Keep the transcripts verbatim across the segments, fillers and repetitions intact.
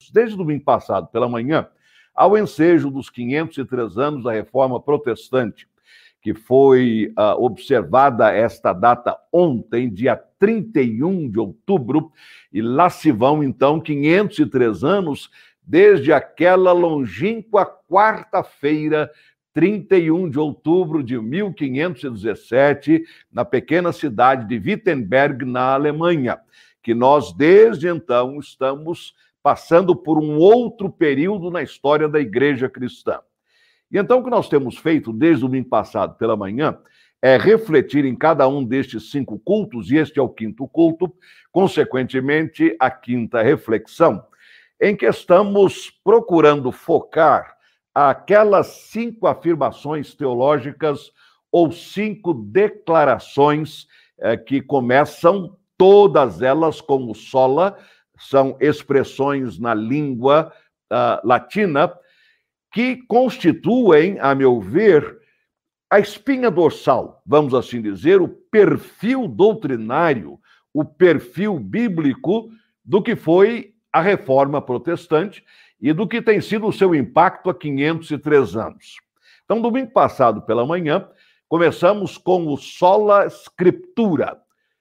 cultos. Desde domingo passado, pela manhã, ao ensejo dos quinhentos e três anos da Reforma Protestante, que foi uh, observada esta data ontem, dia trinta e um de outubro, e lá se vão, então, quinhentos e três anos, desde aquela longínqua quarta-feira, trinta e um de outubro de mil quinhentos e dezessete, na pequena cidade de Wittenberg, na Alemanha, que nós, desde então, estamos passando por um outro período na história da Igreja cristã. E então o que nós temos feito desde o domingo passado pela manhã é refletir em cada um destes cinco cultos, e este é o quinto culto, consequentemente a quinta reflexão, em que estamos procurando focar aquelas cinco afirmações teológicas ou cinco declarações eh, que começam todas elas como sola, são expressões na língua uh, latina, que constituem, a meu ver, a espinha dorsal, vamos assim dizer, o perfil doutrinário, o perfil bíblico do que foi a Reforma Protestante e do que tem sido o seu impacto há quinhentos e três anos. Então, domingo passado pela manhã, começamos com o sola scriptura,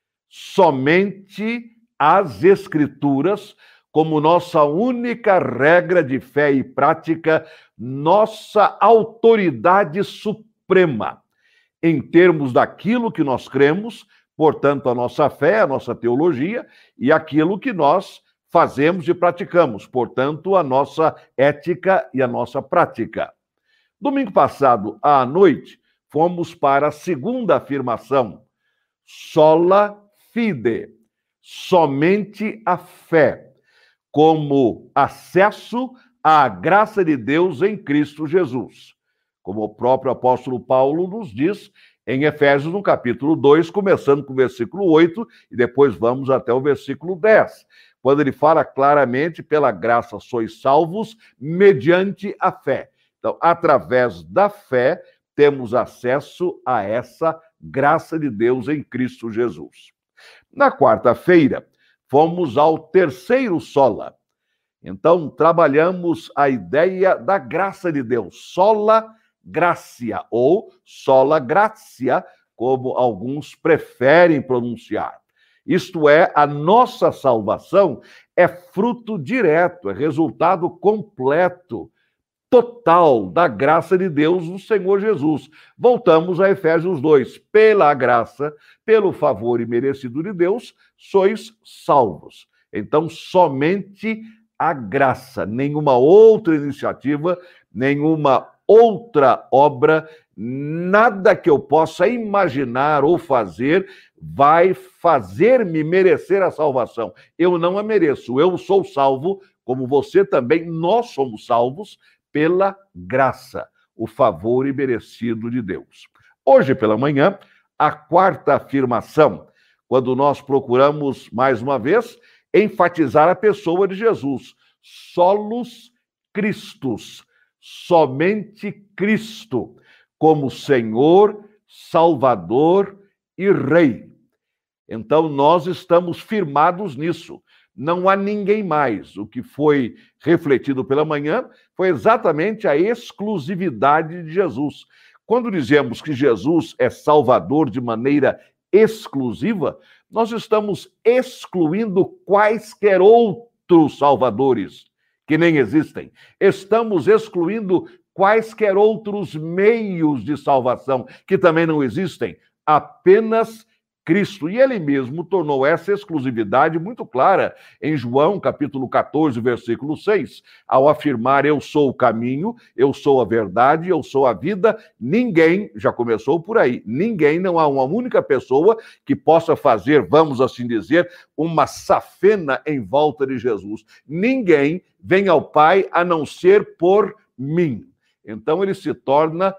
somente as Escrituras, como nossa única regra de fé e prática, nossa autoridade suprema, em termos daquilo que nós cremos, portanto, a nossa fé, a nossa teologia, e aquilo que nós fazemos e praticamos, portanto, a nossa ética e a nossa prática. Domingo passado, à noite, fomos para a segunda afirmação, sola fide, somente a fé, como acesso à graça de Deus em Cristo Jesus. Como o próprio apóstolo Paulo nos diz em Efésios, no capítulo dois, começando com o versículo oito, e depois vamos até o versículo dez, quando ele fala claramente, pela graça sois salvos, mediante a fé. Então, através da fé, temos acesso a essa graça de Deus em Cristo Jesus. Na quarta-feira, fomos ao terceiro sola. Então, trabalhamos a ideia da graça de Deus, sola gracia, ou sola gratia, como alguns preferem pronunciar. Isto é, a nossa salvação é fruto direto, é resultado completo, total da graça de Deus no Senhor Jesus. Voltamos a Efésios dois. Pela graça, pelo favor imerecido de Deus, sois salvos. Então, somente a graça, nenhuma outra iniciativa, nenhuma outra obra, nada que eu possa imaginar ou fazer vai fazer-me merecer a salvação. Eu não a mereço, eu sou salvo, como você também, nós somos salvos, pela graça, o favor imerecido de Deus. Hoje pela manhã, a quarta afirmação, quando nós procuramos, mais uma vez, enfatizar a pessoa de Jesus. Solus Christus, somente Cristo, como Senhor, Salvador e Rei. Então, nós estamos firmados nisso. Não há ninguém mais. O que foi refletido pela manhã foi exatamente a exclusividade de Jesus. Quando dizemos que Jesus é Salvador de maneira exclusiva, nós estamos excluindo quaisquer outros salvadores que nem existem. Estamos excluindo quaisquer outros meios de salvação que também não existem. Apenas Cristo, e ele mesmo tornou essa exclusividade muito clara em João, capítulo quatorze, versículo seis, ao afirmar, eu sou o caminho, eu sou a verdade, eu sou a vida, ninguém, já começou por aí, ninguém, não há uma única pessoa que possa fazer, vamos assim dizer, uma safena em volta de Jesus. Ninguém vem ao Pai a não ser por mim. Então ele se torna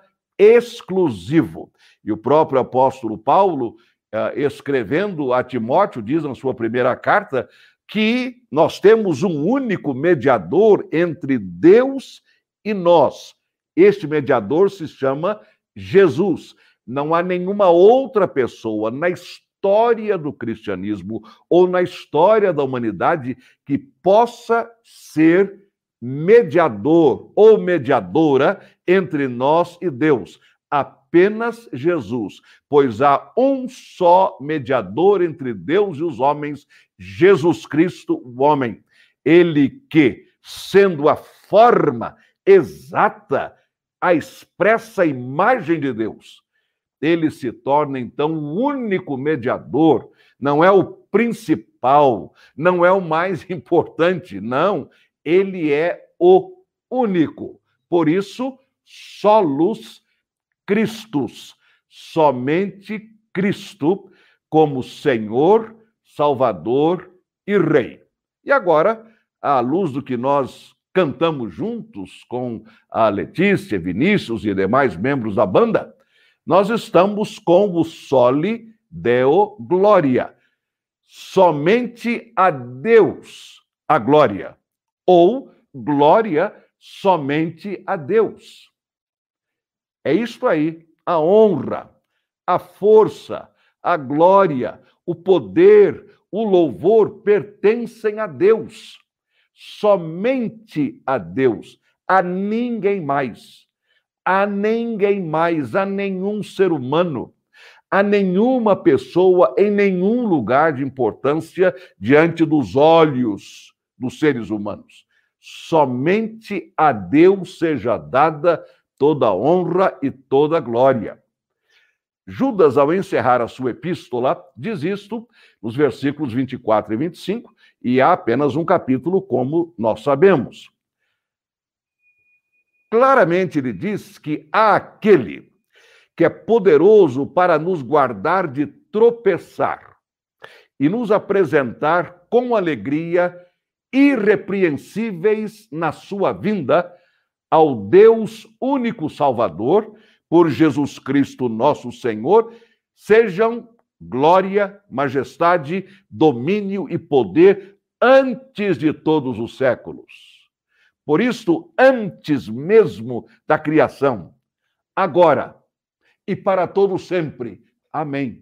exclusivo. E o próprio apóstolo Paulo, Uh, escrevendo a Timóteo, diz na sua primeira carta, que nós temos um único mediador entre Deus e nós. Este mediador se chama Jesus. Não há nenhuma outra pessoa na história história do cristianismo ou na história da humanidade que possa ser mediador ou mediadora entre nós e Deus. Apenas Jesus, pois há um só mediador entre Deus e os homens, Jesus Cristo, o homem. Ele que, sendo a forma exata, a expressa imagem de Deus, ele se torna, então, o único mediador, não é o principal, não é o mais importante, não, ele é o único. Por isso, solus Christus, somente Cristo como Senhor, Salvador e Rei. E agora, à luz do que nós cantamos juntos com a Letícia, Vinícius e demais membros da banda, nós estamos com o Soli Deo Gloria. Somente a Deus a glória. Ou glória somente a Deus. É isto aí, a honra, a força, a glória, o poder, o louvor pertencem a Deus. Somente a Deus, a ninguém mais. A ninguém mais, a nenhum ser humano, a nenhuma pessoa, em nenhum lugar de importância diante dos olhos dos seres humanos. Somente a Deus seja dada toda a honra e toda a glória. Judas, ao encerrar a sua epístola, diz isto nos versículos vinte e quatro e vinte e cinco, e há apenas um capítulo, como nós sabemos. Claramente ele diz que há aquele que é poderoso para nos guardar de tropeçar e nos apresentar com alegria irrepreensíveis na sua vinda ao Deus único Salvador, por Jesus Cristo nosso Senhor, sejam glória, majestade, domínio e poder antes de todos os séculos. Por isto, antes mesmo da criação, agora e para todo sempre. Amém.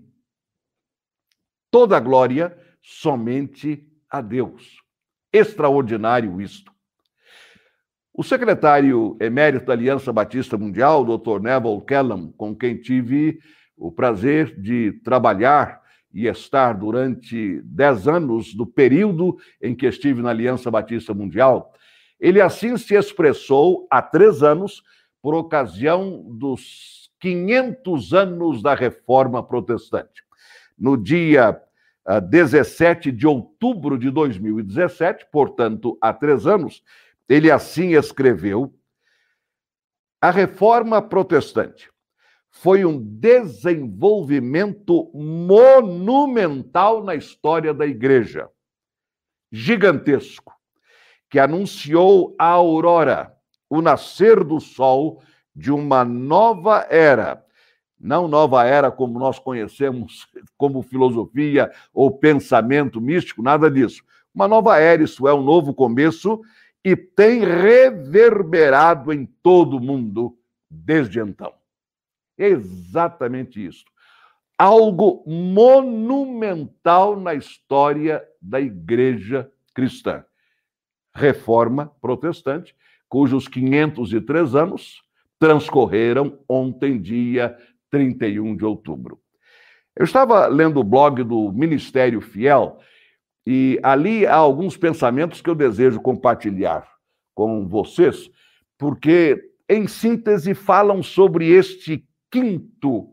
Toda glória somente a Deus. Extraordinário isto. O secretário emérito da Aliança Batista Mundial, doutor Neville Kellam, com quem tive o prazer de trabalhar e estar durante dez anos, do período em que estive na Aliança Batista Mundial, ele assim se expressou há três anos, por ocasião dos quinhentos anos da Reforma Protestante. No dia uh, dezessete de outubro de dois mil e dezessete, portanto, há três anos, ele assim escreveu: a Reforma Protestante foi um desenvolvimento monumental na história da Igreja, gigantesco, que anunciou a aurora, o nascer do sol de uma nova era. Não nova era como nós conhecemos como filosofia ou pensamento místico, nada disso. Uma nova era, isso é, um novo começo, e tem reverberado em todo o mundo desde então. É exatamente isso. Algo monumental na história da Igreja cristã. Reforma Protestante, cujos quinhentos e três anos transcorreram ontem, dia trinta e um de outubro. Eu estava lendo o blog do Ministério Fiel e ali há alguns pensamentos que eu desejo compartilhar com vocês, porque, em síntese, falam sobre este quinto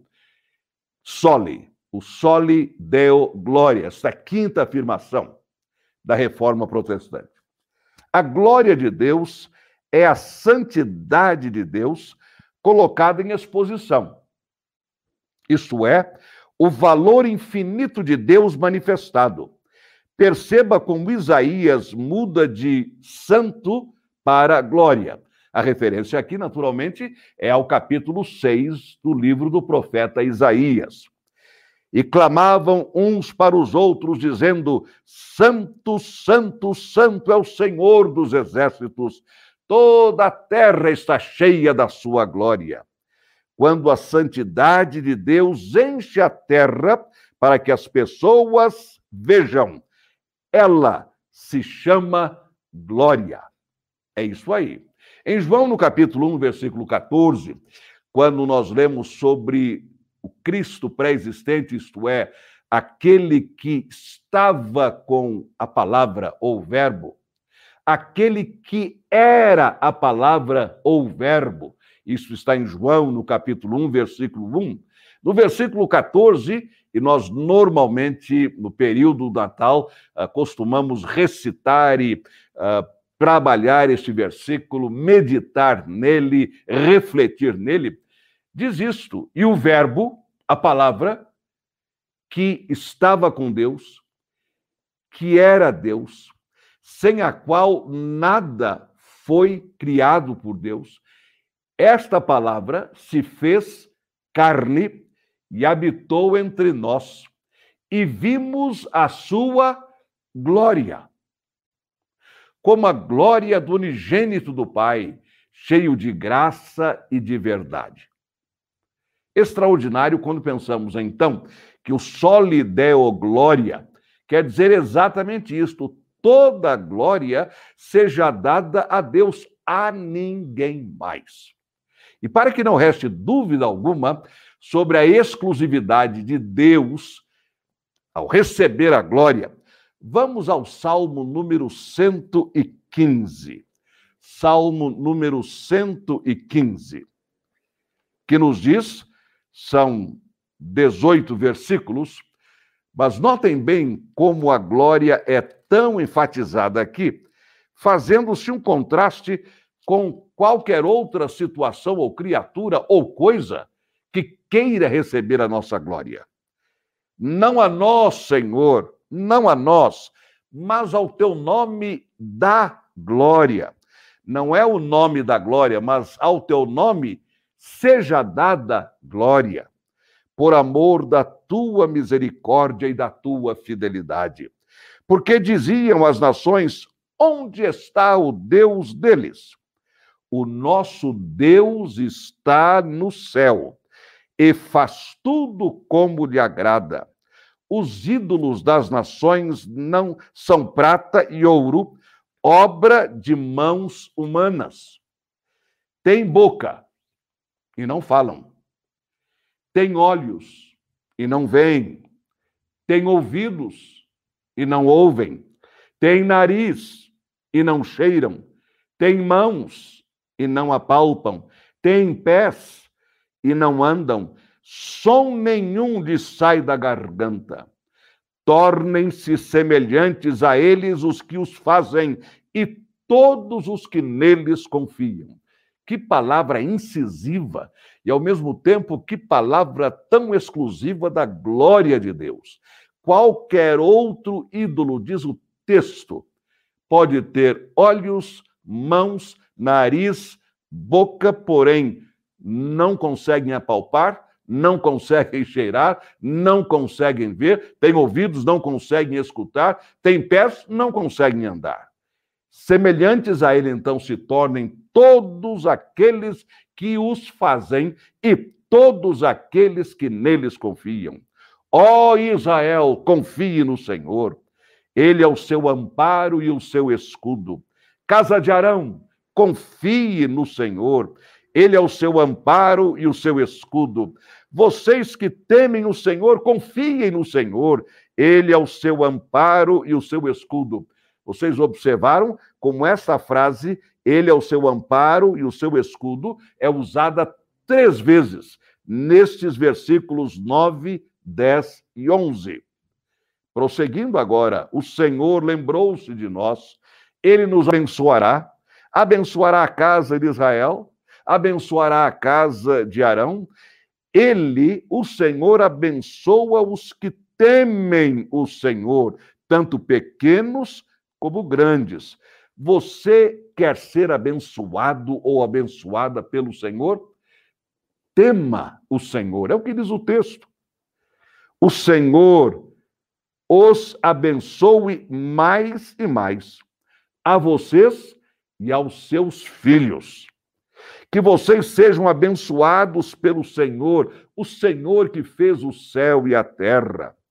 soli, o Soli Deo Gloria, esta quinta afirmação da Reforma Protestante. A glória de Deus é a santidade de Deus colocada em exposição. Isto é, o valor infinito de Deus manifestado. Perceba como Isaías muda de santo para glória. A referência aqui, naturalmente, é ao capítulo seis do livro do profeta Isaías. E clamavam uns para os outros, dizendo: Santo, Santo, Santo é o Senhor dos exércitos, toda a terra está cheia da sua glória. Quando a santidade de Deus enche a terra, para que as pessoas vejam. Ela se chama glória. É isso aí. Em João, no capítulo um, versículo quatorze, quando nós lemos sobre o Cristo pré-existente, isto é, aquele que estava com a palavra ou verbo, aquele que era a palavra ou verbo, isso está em João, no capítulo um, versículo um. No versículo quatorze, e nós normalmente, no período do Natal, costumamos recitar e uh, trabalhar este versículo, meditar nele, refletir nele, diz isto: e o verbo, a palavra, que estava com Deus, que era Deus, sem a qual nada foi criado por Deus, esta palavra se fez carne e habitou entre nós, e vimos a sua glória, como a glória do unigênito do Pai, cheio de graça e de verdade. Extraordinário quando pensamos, então, que o soli deo glória quer dizer exatamente isto: toda a glória seja dada a Deus, a ninguém mais. E para que não reste dúvida alguma sobre a exclusividade de Deus ao receber a glória, vamos ao Salmo número cento e quinze. Salmo número cento e quinze, que nos diz, são dezoito versículos, mas notem bem como a glória é tão enfatizada aqui, fazendo-se um contraste com qualquer outra situação ou criatura ou coisa que queira receber a nossa glória. Não a nós, Senhor, não a nós, mas ao teu nome da glória. Não é o nome da glória, mas ao teu nome seja dada glória, por amor da tua misericórdia e da tua fidelidade. Porque diziam as nações: onde está o Deus deles? O nosso Deus está no céu e faz tudo como lhe agrada. Os ídolos das nações não são prata e ouro, obra de mãos humanas. Tem boca e não falam. Tem olhos e não veem. Tem ouvidos e não ouvem. Tem nariz e não cheiram. Tem mãos e não apalpam. Tem pés e não andam. Som nenhum lhes sai da garganta. Tornem-se semelhantes a eles os que os fazem e todos os que neles confiam. Que palavra incisiva e, ao mesmo tempo, que palavra tão exclusiva da glória de Deus. Qualquer outro ídolo, diz o texto, pode ter olhos, mãos, nariz, boca, porém não conseguem apalpar, não conseguem cheirar, não conseguem ver, têm ouvidos, não conseguem escutar, têm pés, não conseguem andar. Semelhantes a ele, então, se tornem todos aqueles que os fazem e todos aqueles que neles confiam. Ó Israel, confie no Senhor. Ele é o seu amparo e o seu escudo. Casa de Arão, confie no Senhor. Ele é o seu amparo e o seu escudo. Vocês que temem o Senhor, confiem no Senhor. Ele é o seu amparo e o seu escudo. Vocês observaram como essa frase, ele é o seu amparo e o seu escudo, é usada três vezes nestes versículos nove, dez e onze. Prosseguindo agora, o Senhor lembrou-se de nós, ele nos abençoará, abençoará a casa de Israel, abençoará a casa de Arão. Ele, o Senhor, abençoa os que temem o Senhor, tanto pequenos como grandes. Você quer ser abençoado ou abençoada pelo Senhor? Tema o Senhor, é o que diz o texto. O Senhor os abençoe mais e mais, a vocês e aos seus filhos. Que vocês sejam abençoados pelo Senhor, o Senhor que fez o céu e a terra.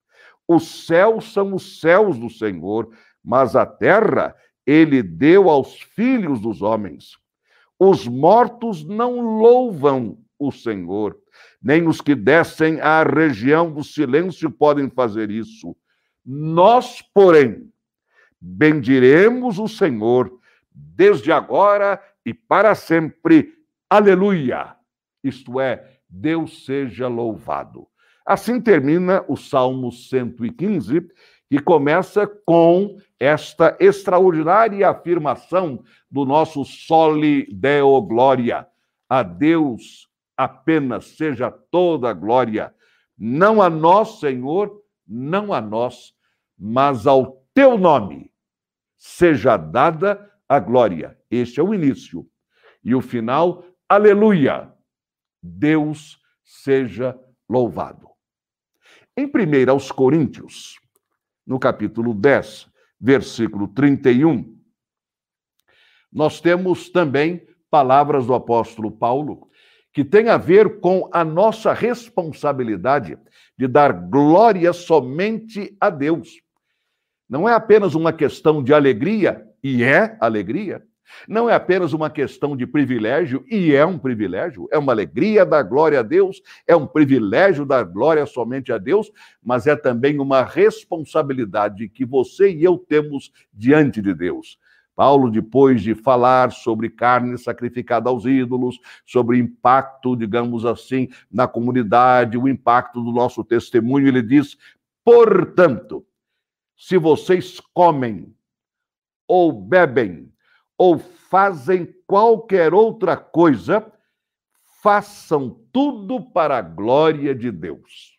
Os céus são os céus do Senhor, mas a terra ele deu aos filhos dos homens. Os mortos não louvam o Senhor, nem os que descem à região do silêncio podem fazer isso. Nós, porém, bendiremos o Senhor desde agora e para sempre. Aleluia! Isto é, Deus seja louvado. Assim termina o Salmo cento e quinze, que começa com esta extraordinária afirmação do nosso Soli Deo Glória. A Deus apenas seja toda a glória, não a nós, Senhor, não a nós, mas ao teu nome seja dada a glória. Este é o início. E o final, aleluia, Deus seja louvado. Em primeira aos Coríntios, no capítulo dez, versículo trinta e um, nós temos também palavras do apóstolo Paulo, que tem a ver com a nossa responsabilidade de dar glória somente a Deus. Não é apenas uma questão de alegria, e é alegria. Não é apenas uma questão de privilégio, e é um privilégio. É uma alegria dar glória a Deus, é um privilégio dar glória somente a Deus, mas é também uma responsabilidade que você e eu temos diante de Deus. Paulo, depois de falar sobre carne sacrificada aos ídolos, sobre o impacto, digamos assim, na comunidade, o impacto do nosso testemunho, ele diz: portanto, se vocês comem, ou bebem, ou fazem qualquer outra coisa, façam tudo para a glória de Deus.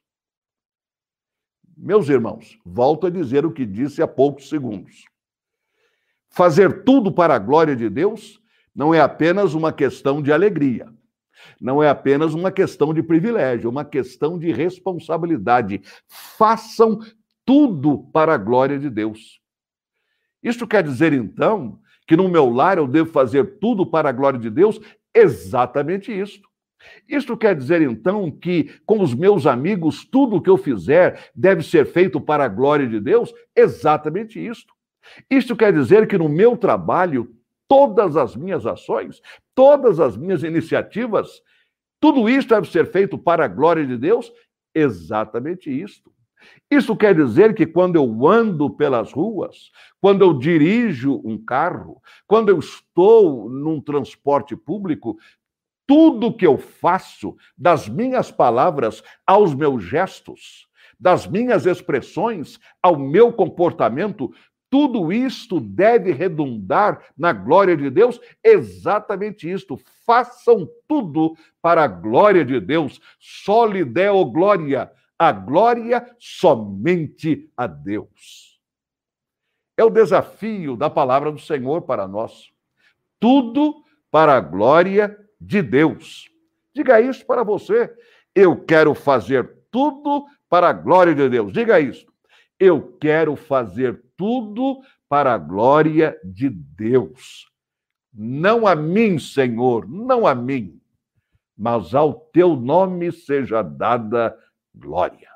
Meus irmãos, volto a dizer o que disse há poucos segundos. Fazer tudo para a glória de Deus não é apenas uma questão de alegria, não é apenas uma questão de privilégio, é uma questão de responsabilidade. Façam tudo para a glória de Deus. Isto quer dizer, então, que no meu lar eu devo fazer tudo para a glória de Deus? Exatamente isso. Isto quer dizer, então, que com os meus amigos, tudo o que eu fizer deve ser feito para a glória de Deus? Exatamente isso. Isto quer dizer que no meu trabalho, todas as minhas ações, todas as minhas iniciativas, tudo isso deve ser feito para a glória de Deus? Exatamente isto. Isso quer dizer que quando eu ando pelas ruas, quando eu dirijo um carro, quando eu estou num transporte público, tudo que eu faço, das minhas palavras aos meus gestos, das minhas expressões ao meu comportamento, tudo isto deve redundar na glória de Deus? Exatamente isto. Façam tudo para a glória de Deus. Soli Deo Glória. A glória somente a Deus. É o desafio da palavra do Senhor para nós. Tudo para a glória de Deus. Diga isso para você. Eu quero fazer tudo para a glória de Deus. Diga isso. Eu quero fazer tudo para a glória de Deus. Não a mim, Senhor, não a mim, mas ao teu nome seja dada glória.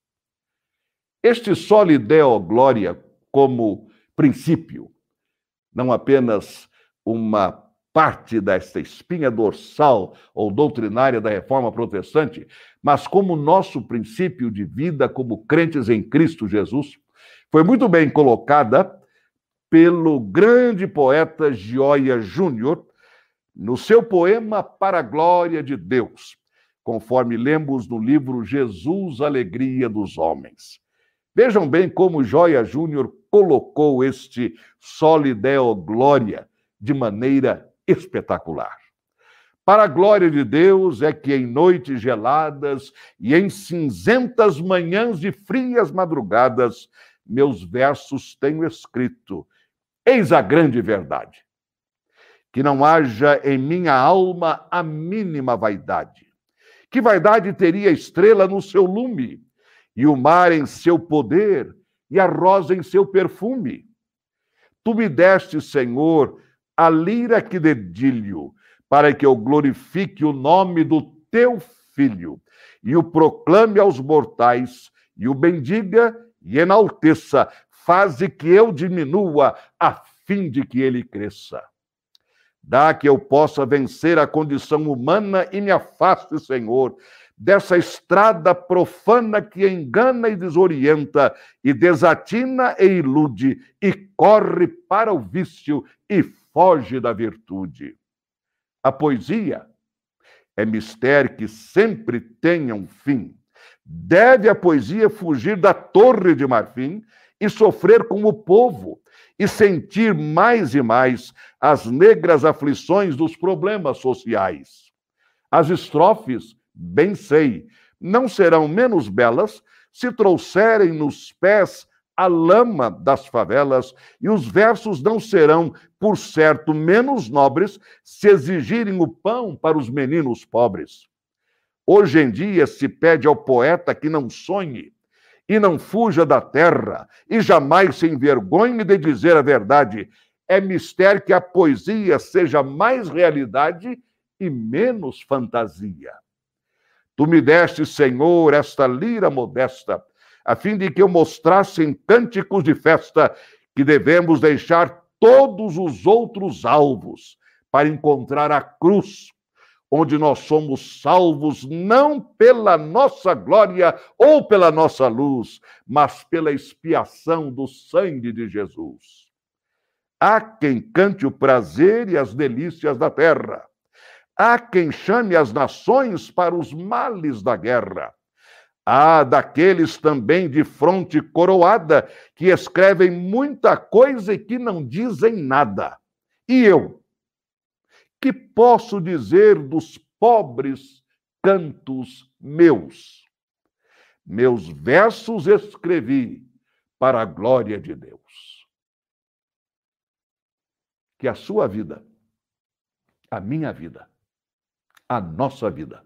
Este Soli Deo Glória como princípio, não apenas uma parte desta espinha dorsal ou doutrinária da reforma protestante, mas como nosso princípio de vida como crentes em Cristo Jesus, foi muito bem colocada pelo grande poeta Gioia Júnior no seu poema Para a Glória de Deus, conforme lemos no livro Jesus, Alegria dos Homens. Vejam bem como Gioia Júnior colocou este Soli Deo Glória de maneira espetacular. Para a glória de Deus é que em noites geladas e em cinzentas manhãs e frias madrugadas, meus versos tenho escrito. Eis a grande verdade. Que não haja em minha alma a mínima vaidade. Que vaidade teria a estrela no seu lume, e o mar em seu poder, e a rosa em seu perfume? Tu me deste, Senhor, a lira que dedilho, para que eu glorifique o nome do teu Filho, e o proclame aos mortais, e o bendiga, e enalteça, faze que eu diminua, a fim de que ele cresça. Dá que eu possa vencer a condição humana e me afaste, Senhor, dessa estrada profana que engana e desorienta, e desatina e ilude, e corre para o vício e foge da virtude. A poesia é mistério que sempre tenha um fim. Deve a poesia fugir da torre de marfim e sofrer como o povo, e sentir mais e mais as negras aflições dos problemas sociais. As estrofes, bem sei, não serão menos belas se trouxerem nos pés a lama das favelas, e os versos não serão, por certo, menos nobres se exigirem o pão para os meninos pobres. Hoje em dia se pede ao poeta que não sonhe e não fuja da terra, e jamais se envergonhe de dizer a verdade. É mistério que a poesia seja mais realidade e menos fantasia. Tu me deste, Senhor, esta lira modesta, a fim de que eu mostrasse em cânticos de festa que devemos deixar todos os outros alvos para encontrar a cruz, onde nós somos salvos não pela nossa glória ou pela nossa luz, mas pela expiação do sangue de Jesus. Há quem cante o prazer e as delícias da terra. Há quem chame as nações para os males da guerra. Há daqueles também de fronte coroada que escrevem muita coisa e que não dizem nada. E eu? Que posso dizer dos pobres cantos meus? Meus versos escrevi para a glória de Deus. Que a sua vida, a minha vida, a nossa vida,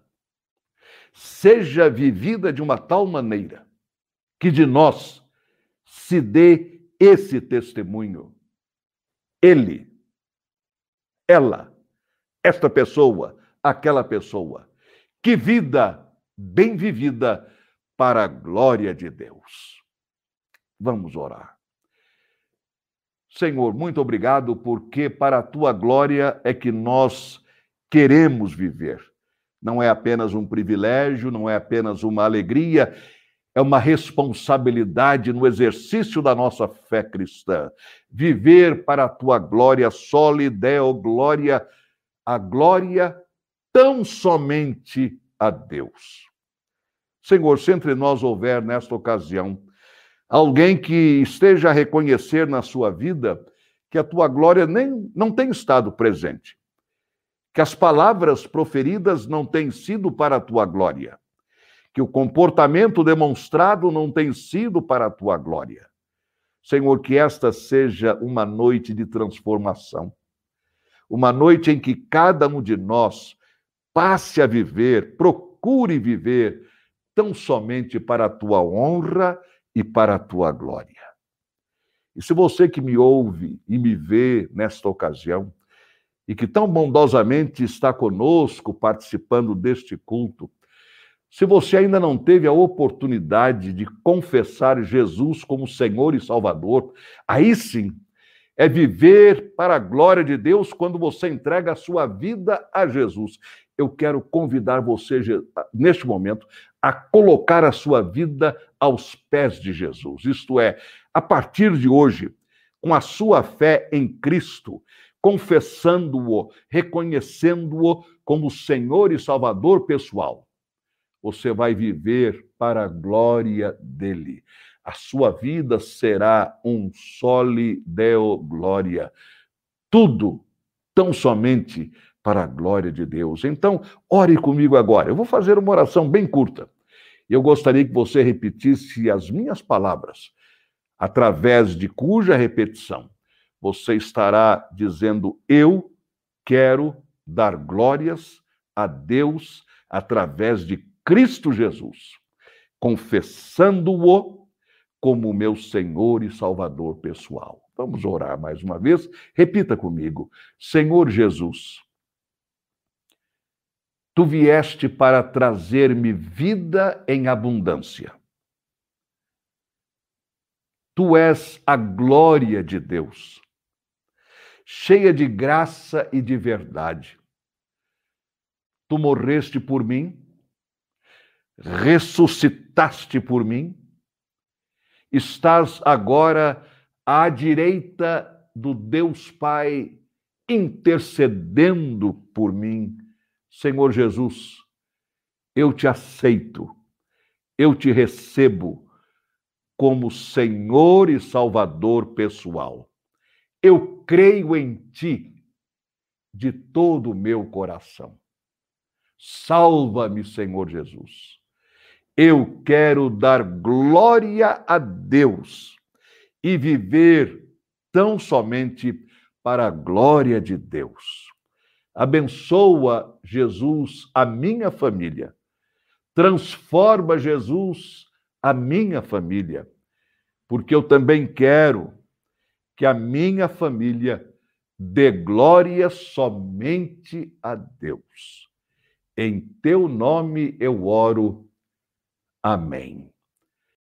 seja vivida de uma tal maneira que de nós se dê esse testemunho. Ele, ela, esta pessoa, aquela pessoa. Que vida bem vivida para a glória de Deus. Vamos orar. Senhor, muito obrigado, porque para a tua glória é que nós queremos viver. Não é apenas um privilégio, não é apenas uma alegria, é uma responsabilidade no exercício da nossa fé cristã. Viver para a tua glória, soli deo glória, a glória tão somente a Deus. Senhor, se entre nós houver nesta ocasião alguém que esteja a reconhecer na sua vida que a tua glória nem, não tem estado presente, que as palavras proferidas não têm sido para a tua glória, que o comportamento demonstrado não tem sido para a tua glória. Senhor, que esta seja uma noite de transformação, uma noite em que cada um de nós passe a viver, procure viver tão somente para a tua honra e para a tua glória. E se você que me ouve e me vê nesta ocasião, e que tão bondosamente está conosco participando deste culto, se você ainda não teve a oportunidade de confessar Jesus como Senhor e Salvador, aí sim, é viver para a glória de Deus quando você entrega a sua vida a Jesus. Eu quero convidar você, neste momento, a colocar a sua vida aos pés de Jesus. Isto é, a partir de hoje, com a sua fé em Cristo, confessando-o, reconhecendo-o como Senhor e Salvador pessoal, você vai viver para a glória dele. A sua vida será um soli deo glória. Tudo tão somente para a glória de Deus. Então, ore comigo agora. Eu vou fazer uma oração bem curta. Eu gostaria que você repetisse as minhas palavras, através de cuja repetição você estará dizendo: eu quero dar glórias a Deus através de Cristo Jesus, confessando-o como meu Senhor e Salvador pessoal. Vamos orar mais uma vez. Repita comigo: Senhor Jesus, tu vieste para trazer-me vida em abundância. Tu és a glória de Deus, cheia de graça e de verdade. Tu morreste por mim, ressuscitaste por mim, estás agora à direita do Deus Pai, intercedendo por mim. Senhor Jesus, eu te aceito, eu te recebo como Senhor e Salvador pessoal. Eu creio em ti de todo o meu coração. Salva-me, Senhor Jesus. Eu quero dar glória a Deus e viver tão somente para a glória de Deus. Abençoa, Jesus, a minha família. Transforma, Jesus, a minha família, porque eu também quero que a minha família dê glória somente a Deus. Em teu nome eu oro. Amém.